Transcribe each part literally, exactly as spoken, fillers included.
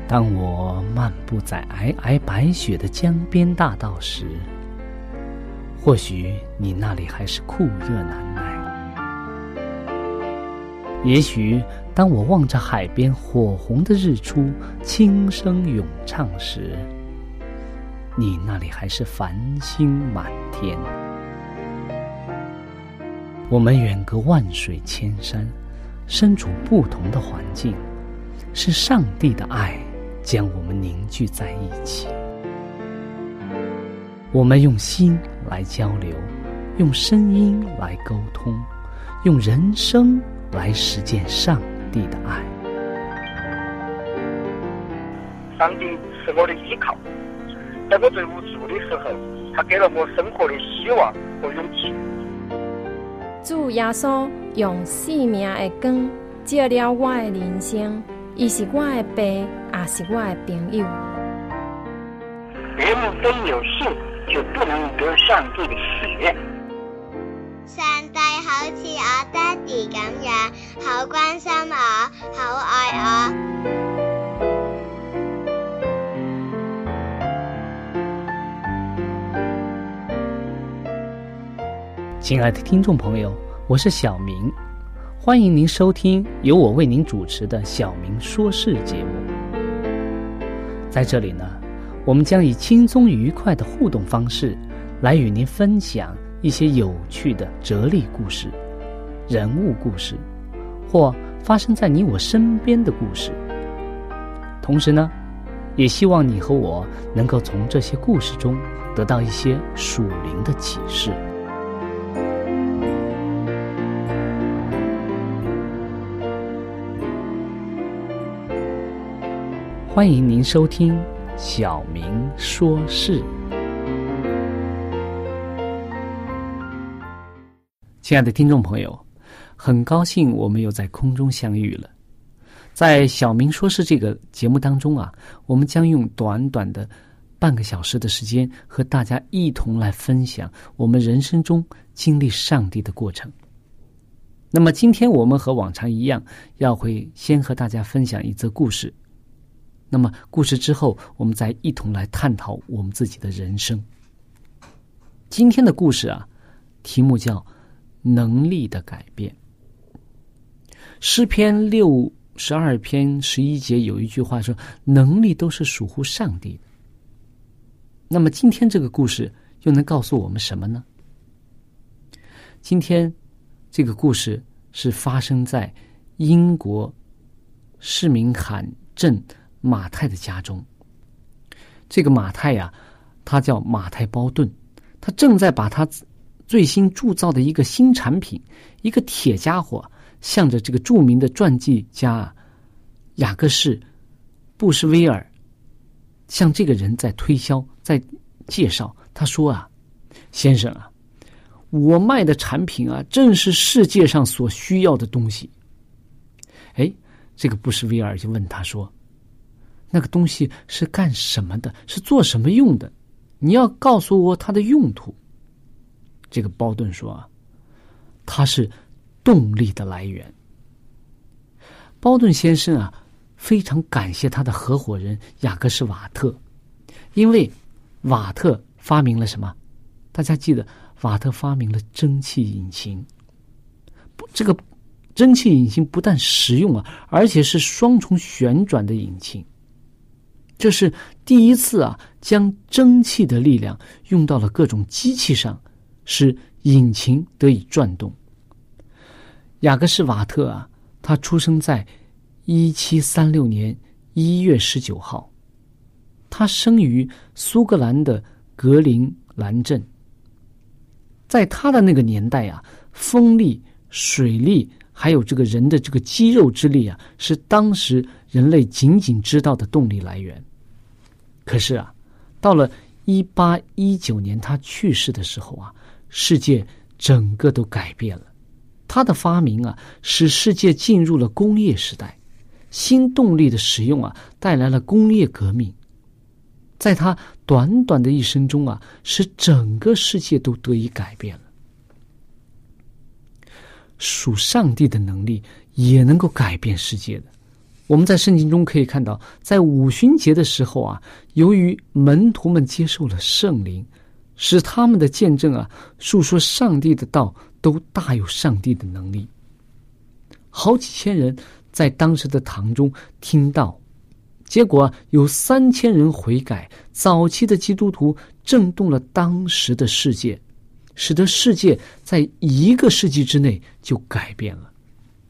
当我漫步在皑皑白雪的江边大道时，或许你那里还是酷热难耐。也许当我望着海边火红的日出轻声咏唱时，你那里还是繁星满天。我们远隔万水千山，身处不同的环境，是上帝的爱将我们凝聚在一起。我们用心来交流，用声音来沟通，用人生来实践上帝的爱。 上帝是我的依靠，在我最无助的时候，他给了我生活的希望和勇气。 主耶稣用生命的光照了我的人生，伊是我的爸，也是我的朋友。 人们非有信，就不能得上帝的喜悦。 上帝好似我爹哋咁樣，好關心我，好愛我。 亲爱的听众朋友，我是小明，欢迎您收听由我为您主持的小明说事节目。在这里呢，我们将以轻松愉快的互动方式来与您分享一些有趣的哲理故事、人物故事，或发生在你我身边的故事。同时呢，也希望你和我能够从这些故事中得到一些属灵的启示。欢迎您收听小明说事。亲爱的听众朋友，很高兴我们又在空中相遇了。在小明说事这个节目当中啊，我们将用短短的半个小时的时间和大家一同来分享我们人生中经历上帝的过程。那么今天我们和往常一样，要会先和大家分享一则故事。那么故事之后，我们再一同来探讨我们自己的人生。今天的故事啊，题目叫能力的改变。诗篇六十二篇十一节有一句话说，能力都是属乎上帝的。那么今天这个故事又能告诉我们什么呢？今天这个故事是发生在英国士明罕镇马太的家中。这个马太呀、啊，他叫马太包顿，他正在把他最新铸造的一个新产品，一个铁家伙，向着这个著名的传记家雅各士布什威尔，向这个人在推销，在介绍。他说啊，先生啊，我卖的产品啊，正是世界上所需要的东西。哎，这个布什威尔就问他说，那个东西是干什么的？是做什么用的？你要告诉我它的用途。这个包顿说啊，它是动力的来源。包顿先生啊，非常感谢他的合伙人雅各士瓦特，因为瓦特发明了什么？大家记得，瓦特发明了蒸汽引擎。这个蒸汽引擎不但实用啊，而且是双重旋转的引擎。这是第一次啊，将蒸汽的力量用到了各种机器上，使引擎得以转动。雅各士瓦特啊，他出生在一七三六年一月十九号，他生于苏格兰的格陵兰镇。在他的那个年代啊，风力、水力还有这个人的这个肌肉之力啊，是当时人类仅仅知道的动力来源。可是啊，到了一八一九年他去世的时候啊，世界整个都改变了。他的发明啊，使世界进入了工业时代，新动力的使用啊，带来了工业革命。在他短短的一生中啊，使整个世界都得以改变了。属上帝的能力也能够改变世界的。 我们在圣经中可以看到，在五旬节的时候啊，由于门徒们接受了圣灵，使他们的见证啊，述说上帝的道都大有上帝的能力。好几千人在当时的堂中听到，结果啊，有三千人悔改。早期的基督徒震动了当时的世界，使得世界在一个世纪之内就改变了。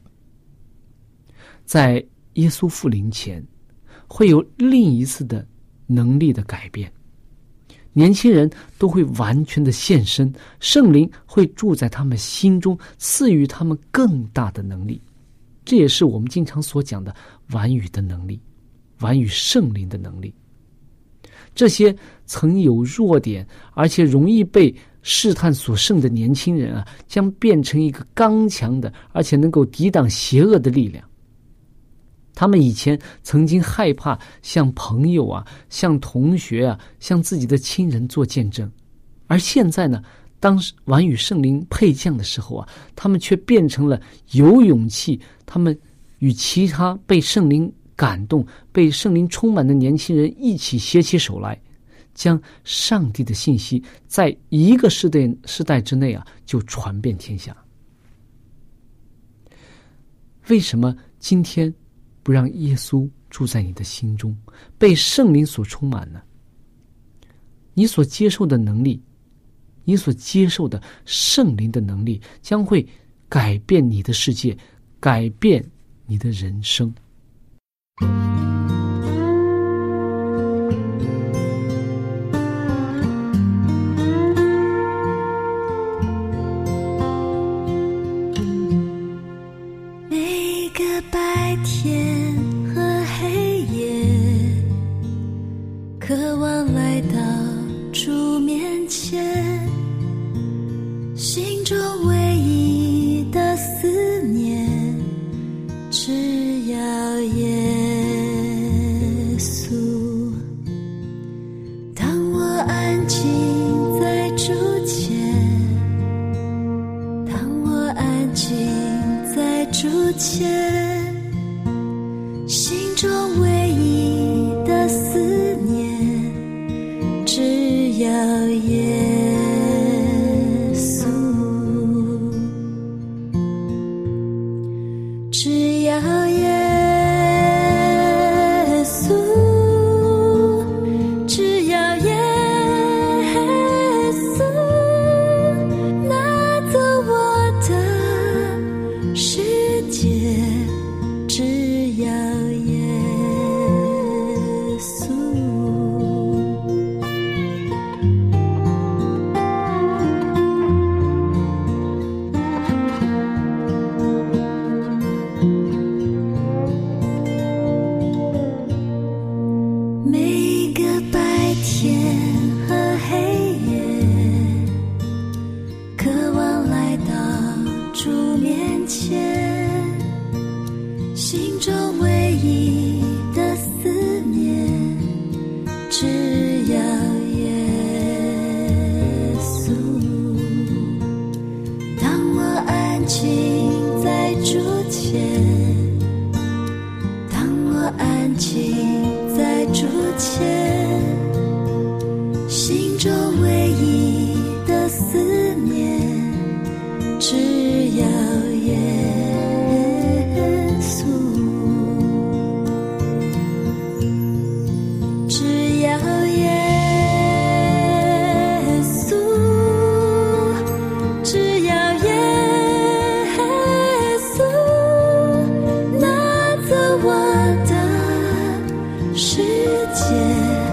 在耶稣复临前，会有另一次的能力的改变，年轻人都会完全的献身，圣灵会住在他们心中，赐予他们更大的能力。这也是我们经常所讲的晚语的能力，晚语圣灵的能力。这些曾有弱点而且容易被试探所胜的年轻人啊，将变成一个刚强的而且能够抵挡邪恶的力量。他们以前曾经害怕向朋友啊、向同学啊、向自己的亲人做见证，而现在呢，当晚与圣灵配降的时候啊，他们却变成了有勇气，他们与其他被圣灵感动、被圣灵充满的年轻人一起携起手来，将上帝的信息在一个世代世代之内啊，就传遍天下。为什么今天不让耶稣住在你的心中，被圣灵所充满呢？你所接受的能力，你所接受的圣灵的能力，将会改变你的世界，改变你的人生。 每个白天和黑夜，渴望来到主面前，心中唯一的思念，只要耶稣。当我安静在主前，当我安静在主前，心中唯一的思念，只要耶稣，只要耶稣，只要耶稣拿走我的世界，只要耶稣。每个白天和黑夜，渴望来到主面前，心中唯一的思念，只要耶稣。当我安静在主前，当我安静在主前，心中唯一的思念，只要耶稣，只要耶稣，只要耶稣拿走我的世界，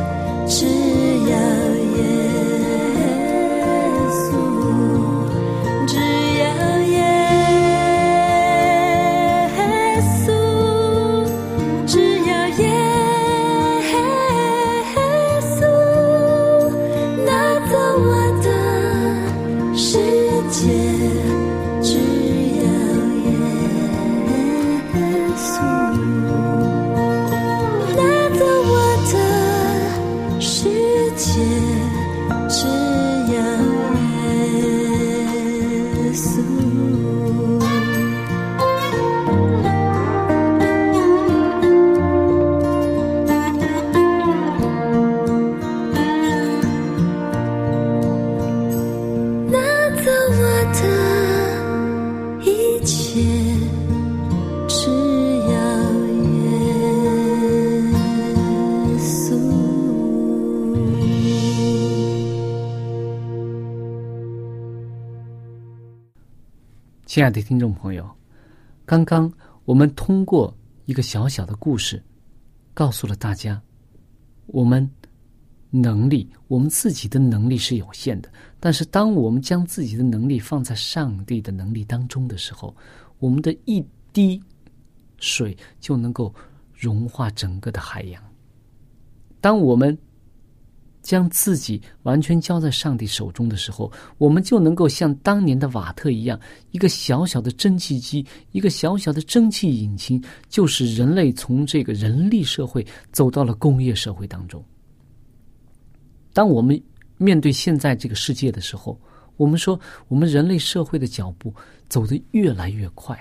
亲爱的听众朋友，刚刚我们通过一个小小的故事，告诉了大家，我们能力，我们自己的能力是有限的，但是当我们将自己的能力放在上帝的能力当中的时候，我们的一滴水就能够融化整个的海洋。当我们将自己完全交在上帝手中的时候，我们就能够像当年的瓦特一样，一个小小的蒸汽机，一个小小的蒸汽引擎，就使人类从这个人力社会走到了工业社会当中。当我们面对现在这个世界的时候，我们说我们人类社会的脚步走得越来越快。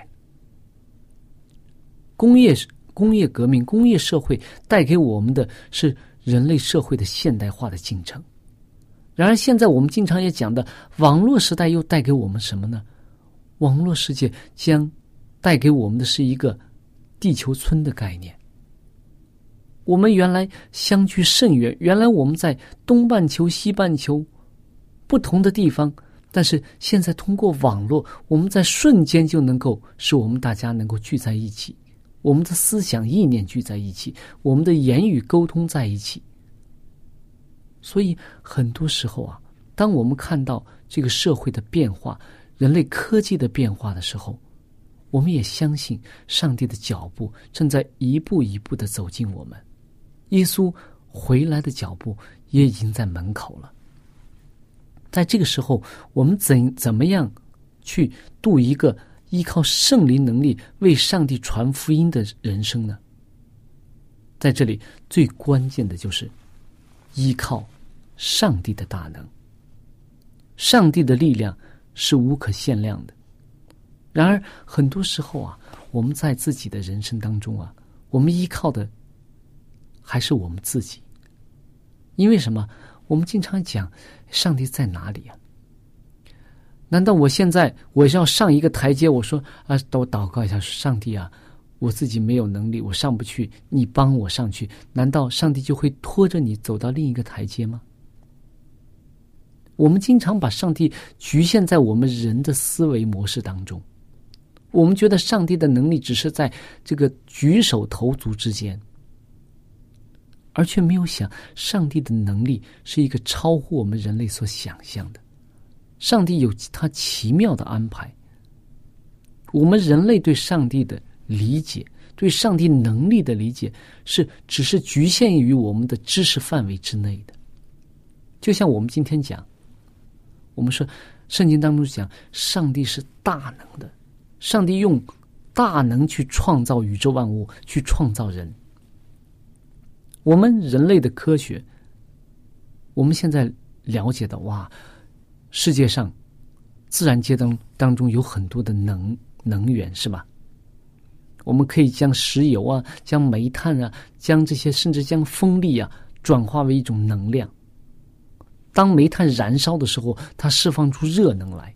工业工业革命、工业社会带给我们的是人类社会的现代化的进程。然而现在我们经常也讲的网络时代又带给我们什么呢？网络世界将带给我们的是一个地球村的概念。我们原来相距甚远，原来我们在东半球、西半球不同的地方，但是现在通过网络，我们在瞬间就能够使我们大家能够聚在一起，我们的思想意念聚在一起，我们的言语沟通在一起。所以很多时候啊，当我们看到这个社会的变化，人类科技的变化的时候，我们也相信上帝的脚步正在一步一步地走进我们，耶稣回来的脚步也已经在门口了。在这个时候，我们怎怎么样去度一个依靠圣灵能力为上帝传福音的人生呢？在这里最关键的就是依靠上帝的大能。上帝的力量是无可限量的。然而很多时候啊，我们在自己的人生当中啊，我们依靠的还是我们自己。因为什么？我们经常讲上帝在哪里啊？难道我现在我要上一个台阶，我说啊，我祷告一下，上帝啊，我自己没有能力，我上不去，你帮我上去，难道上帝就会拖着你走到另一个台阶吗？我们经常把上帝局限在我们人的思维模式当中，我们觉得上帝的能力只是在这个举手投足之间，而却没有想上帝的能力是一个超乎我们人类所想象的。上帝有他奇妙的安排，我们人类对上帝的理解，对上帝能力的理解是只是局限于我们的知识范围之内的。就像我们今天讲，我们说圣经当中讲上帝是大能的，上帝用大能去创造宇宙万物，去创造人。我们人类的科学，我们现在了解到，哇，世界上自然界当当中有很多的能能源，是吧？我们可以将石油啊，将煤炭啊，将这些甚至将风力啊转化为一种能量。当煤炭燃烧的时候，它释放出热能来。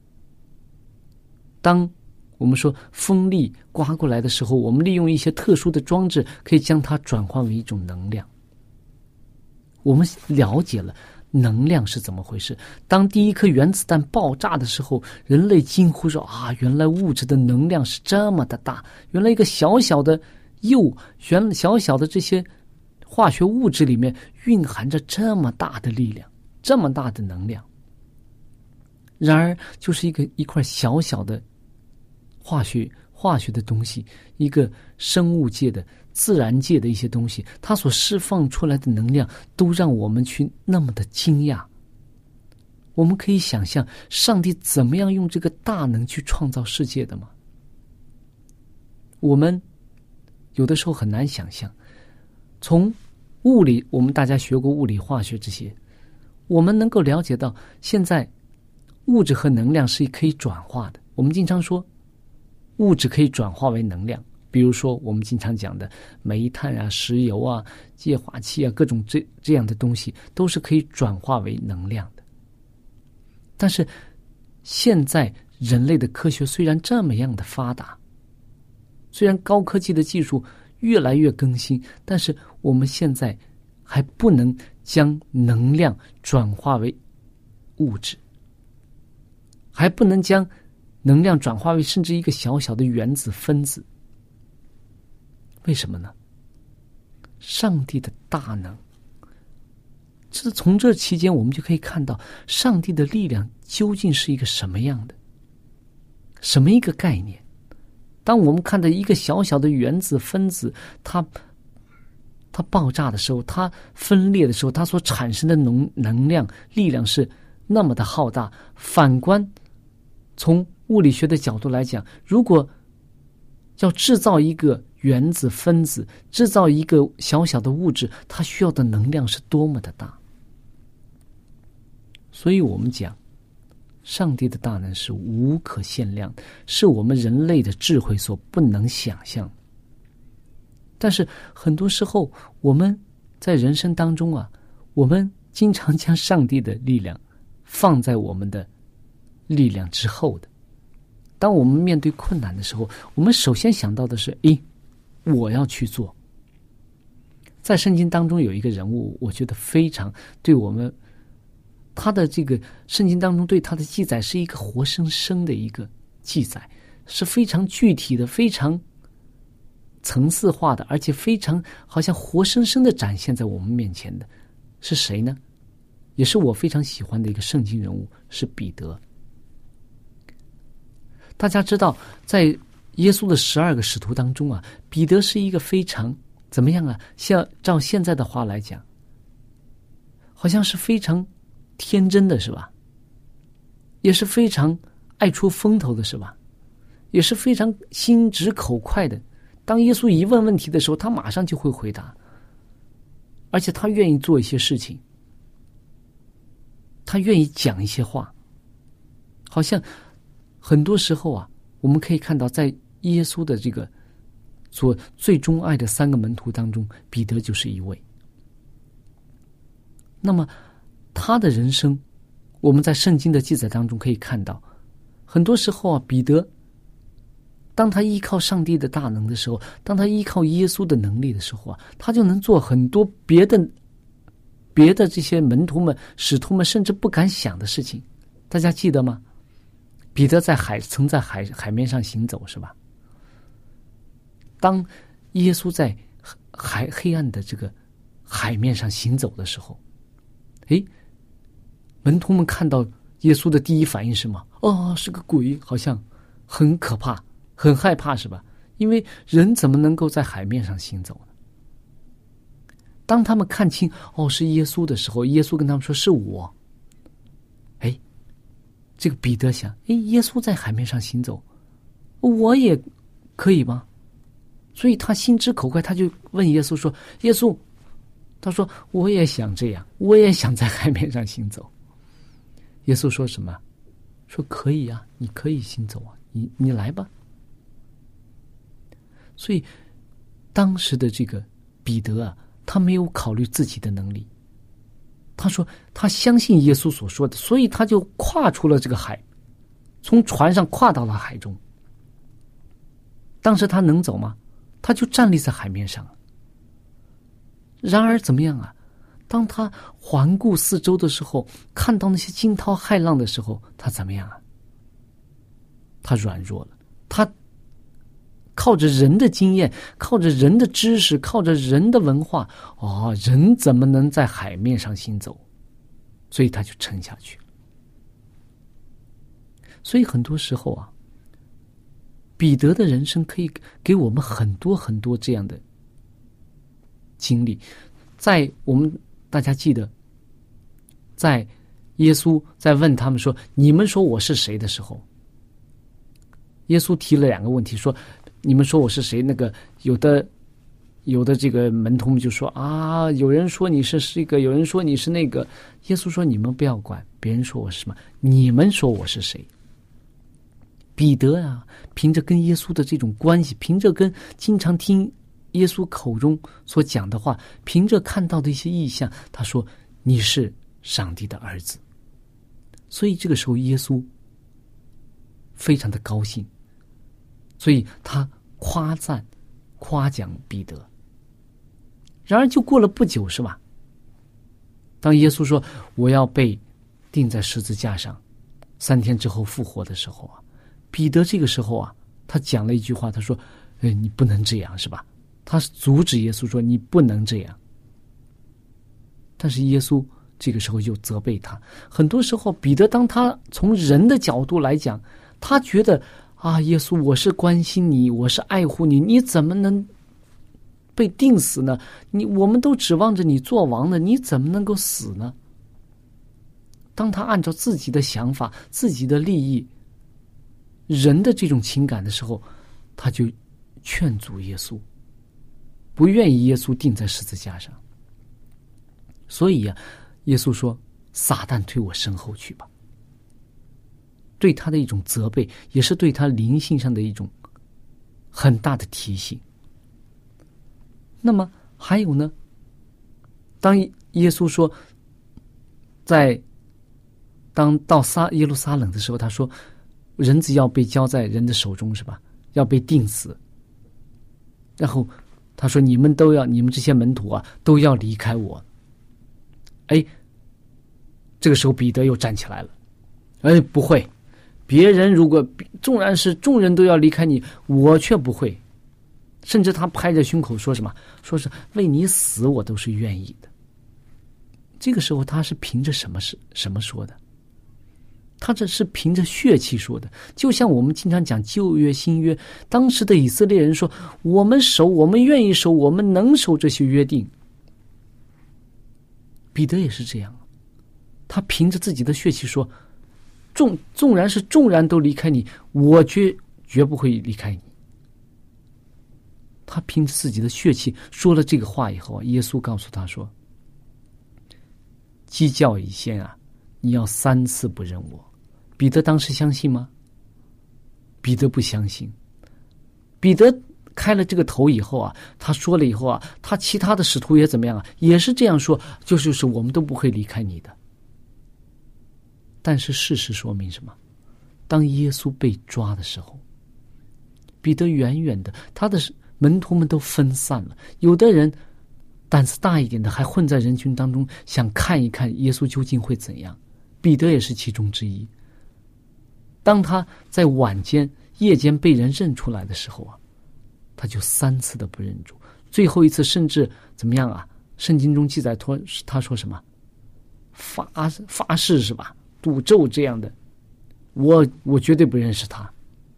当我们说风力刮过来的时候，我们利用一些特殊的装置，可以将它转化为一种能量。我们了解了能量是怎么回事。当第一颗原子弹爆炸的时候，人类惊呼说啊，原来物质的能量是这么的大，原来一个小小的铀，原小小的这些化学物质里面蕴含着这么大的力量，这么大的能量。然而就是一个一块小小的化学化学的东西，一个生物界的自然界的一些东西，它所释放出来的能量都让我们去那么的惊讶。我们可以想象上帝怎么样用这个大能去创造世界的吗？我们有的时候很难想象。从物理，我们大家学过物理化学这些，我们能够了解到现在物质和能量是可以转化的。我们经常说物质可以转化为能量，比如说我们经常讲的煤炭啊、石油啊、液化气啊，各种这这样的东西都是可以转化为能量的。但是现在人类的科学虽然这么样的发达，虽然高科技的技术越来越更新，但是我们现在还不能将能量转化为物质，还不能将能量转化为甚至一个小小的原子分子。为什么呢？上帝的大能，这从这期间我们就可以看到上帝的力量究竟是一个什么样的，什么一个概念。当我们看到一个小小的原子分子，它它爆炸的时候，它分裂的时候，它所产生的能能量力量是那么的浩大。反观从物理学的角度来讲，如果要制造一个原子分子，制造一个小小的物质，它需要的能量是多么的大。所以我们讲上帝的大能是无可限量，是我们人类的智慧所不能想象。但是很多时候我们在人生当中啊，我们经常将上帝的力量放在我们的力量之后的。当我们面对困难的时候，我们首先想到的是，诶，我要去做。在圣经当中有一个人物，我觉得非常对我们，他的这个圣经当中对他的记载是一个活生生的一个记载，是非常具体的，非常层次化的，而且非常好像活生生的展现在我们面前的。是谁呢？也是我非常喜欢的一个圣经人物，是彼得。大家知道，在耶稣的十二个使徒当中啊，彼得是一个非常怎么样啊？像照现在的话来讲，好像是非常天真的，是吧？也是非常爱出风头的，是吧？也是非常心直口快的。当耶稣一问问题的时候，他马上就会回答，而且他愿意做一些事情，他愿意讲一些话，好像很多时候啊，我们可以看到，在耶稣的这个所最钟爱的三个门徒当中，彼得就是一位。那么他的人生，我们在圣经的记载当中可以看到，很多时候啊，彼得当他依靠上帝的大能的时候，当他依靠耶稣的能力的时候啊，他就能做很多别的别的这些门徒们使徒们甚至不敢想的事情。大家记得吗？彼得在海曾在海海面上行走，是吧？当耶稣在海黑暗的这个海面上行走的时候，诶，门徒们看到耶稣的第一反应是什么？哦，是个鬼，好像很可怕，很害怕，是吧？因为人怎么能够在海面上行走呢？当他们看清哦是耶稣的时候，耶稣跟他们说是我。哎，这个彼得想，哎，耶稣在海面上行走，我也可以吗？所以他心直口快，他就问耶稣说：“耶稣，他说我也想这样，我也想在海面上行走。”耶稣说什么？说可以啊，你可以行走啊，你你来吧。所以当时的这个彼得啊，他没有考虑自己的能力，他说他相信耶稣所说的，所以他就跨出了这个海，从船上跨到了海中。当时他能走吗？他就站立在海面上。然而怎么样啊？当他环顾四周的时候，看到那些惊涛骇浪的时候，他怎么样啊？他软弱了，他靠着人的经验，靠着人的知识，靠着人的文化，哦，人怎么能在海面上行走？所以他就沉下去了。所以很多时候啊，彼得的人生可以给我们很多很多这样的经历。在我们大家记得，在耶稣在问他们说你们说我是谁的时候，耶稣提了两个问题，说你们说我是谁？那个有的有的这个门徒们就说啊，有人说你是这个，有人说你是那个。耶稣说你们不要管别人说我是什么，你们说我是谁？彼得啊，凭着跟耶稣的这种关系，凭着跟经常听耶稣口中所讲的话，凭着看到的一些异象，他说你是上帝的儿子。所以这个时候耶稣非常的高兴，所以他夸赞夸奖彼得。然而就过了不久，是吧？当耶稣说我要被钉在十字架上，三天之后复活的时候啊， 彼得这个时候啊，他讲了一句话，他说：“哎，你不能这样，是吧？”他阻止耶稣说：“你不能这样。”但是耶稣这个时候又责备他。很多时候，彼得当他从人的角度来讲，他觉得啊，耶稣，我是关心你，我是爱护你，你怎么能被定死呢？你我们都指望着你做王呢，你怎么能够死呢？当他按照自己的想法、自己的利益、人的这种情感的时候，他就劝阻耶稣，不愿意耶稣钉在十字架上。所以呀、啊，耶稣说：“撒旦推我身后去吧。”对他的一种责备，也是对他灵性上的一种很大的提醒。那么还有呢，当耶稣说，在当到撒耶路撒冷的时候，他说人子要被交在人的手中，是吧？要被钉死。然后他说：“你们都要，你们这些门徒啊，都要离开我。”哎，这个时候彼得又站起来了。哎，不会，别人如果纵然是众人都要离开你，我却不会。甚至他拍着胸口说什么？说是为你死，我都是愿意的。这个时候他是凭着什么是什么说的？他这是凭着血气说的。就像我们经常讲旧约新约，当时的以色列人说，我们守，我们愿意守，我们能守这些约定。彼得也是这样，他凭着自己的血气说，纵纵然是众人都离开你，我绝绝不会离开你。他凭着自己的血气说了这个话以后，耶稣告诉他说：“鸡叫以先啊，你要三次不认我。”彼得当时相信吗？彼得不相信。彼得开了这个头以后啊，他说了以后啊，他其他的使徒也怎么样啊，也是这样说，就是就是我们都不会离开你的。但是事实说明什么？当耶稣被抓的时候，彼得远远的，他的门徒们都分散了，有的人胆子大一点的还混在人群当中，想看一看耶稣究竟会怎样。彼得也是其中之一。当他在晚间夜间被人认出来的时候啊，他就三次的不认主，最后一次甚至怎么样啊？圣经中记载他他说什么？发发誓是吧？赌咒这样的，我我绝对不认识他。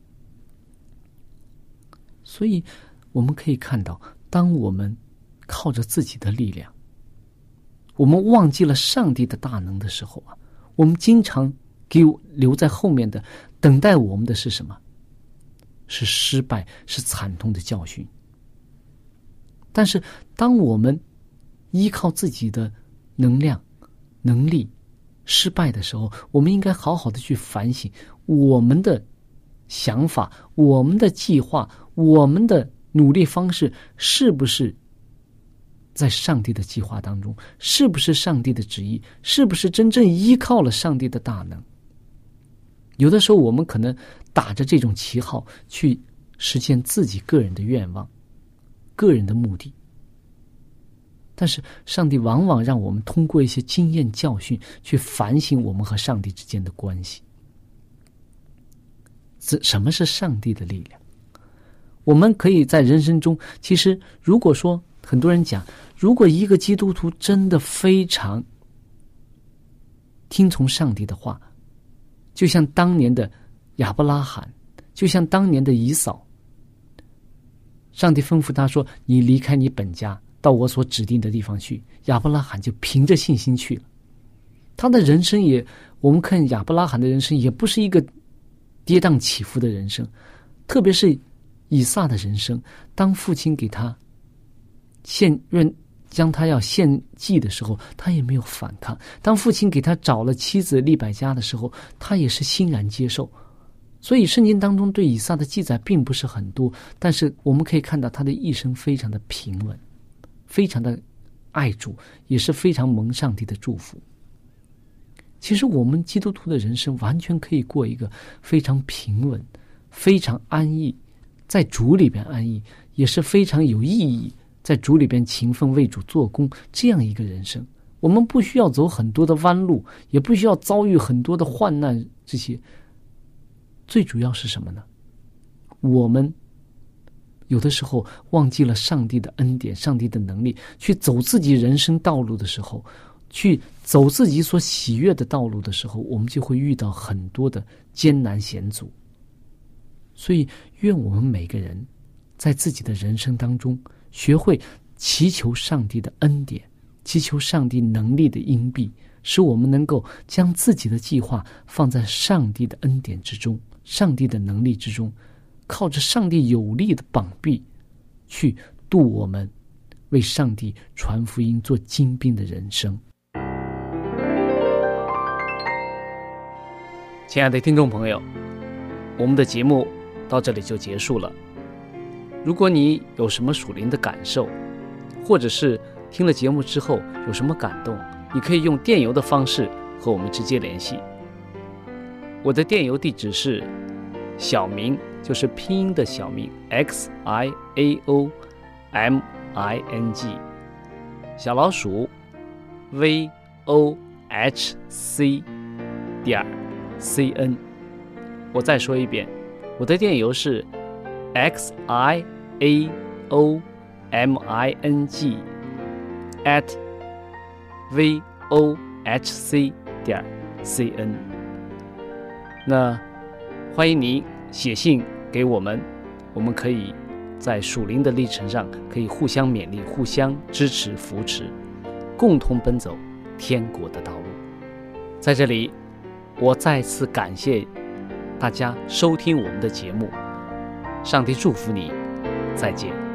所以我们可以看到，当我们靠着自己的力量，我们忘记了上帝的大能的时候啊，我们经常给留在后面的，等待我们的是什么？是失败，是惨痛的教训。但是当我们依靠自己的能量、能力失败的时候，我们应该好好的去反省我们的想法、我们的计划、我们的努力方式是不是在上帝的计划当中，是不是上帝的旨意，是不是真正依靠了上帝的大能。有的时候我们可能打着这种旗号去实现自己个人的愿望、个人的目的，但是上帝往往让我们通过一些经验教训去反省我们和上帝之间的关系。什么是上帝的力量？我们可以在人生中，其实如果说很多人讲，如果一个基督徒真的非常听从上帝的话，就像当年的亚伯拉罕，就像当年的以扫，上帝吩咐他说，你离开你本家到我所指定的地方去，亚伯拉罕就凭着信心去了。他的人生也，我们看亚伯拉罕的人生也不是一个跌宕起伏的人生，特别是以撒的人生，当父亲给他献愿将他要献祭的时候，他也没有反抗。当父亲给他找了妻子利百加的时候，他也是欣然接受。所以圣经当中对以撒的记载并不是很多，但是我们可以看到他的一生非常的平稳，非常的爱主，也是非常蒙上帝的祝福。其实我们基督徒的人生完全可以过一个非常平稳、非常安逸，在主里边安逸，也是非常有意义，在主里边勤奋为主做工，这样一个人生。我们不需要走很多的弯路，也不需要遭遇很多的患难，这些最主要是什么呢？我们有的时候忘记了上帝的恩典，上帝的能力，去走自己人生道路的时候，去走自己所喜悦的道路的时候，我们就会遇到很多的艰难险阻。所以愿我们每个人在自己的人生当中学会祈求上帝的恩典，祈求上帝能力的荫庇，使我们能够将自己的计划放在上帝的恩典之中，上帝的能力之中，靠着上帝有力的膀臂去度我们为上帝传福音做精兵的人生。亲爱的听众朋友，我们的节目到这里就结束了。如果你有什么属灵的感受，或者是听了节目之后有什么感动，你可以用电邮的方式和我们直接联系。我的电邮地址是小明，就是拼音的小明 X I A O M I N G 小老鼠 V O H C 点 C N。 我再说一遍，我的电邮是 X I A O M I N G at V O H C 点 C N。 那欢迎你写信给我们，我们可以在属灵的历程上可以互相勉励，互相支持扶持，共同奔走天国的道路。在这里我再次感谢大家收听我们的节目，上帝祝福你，再见。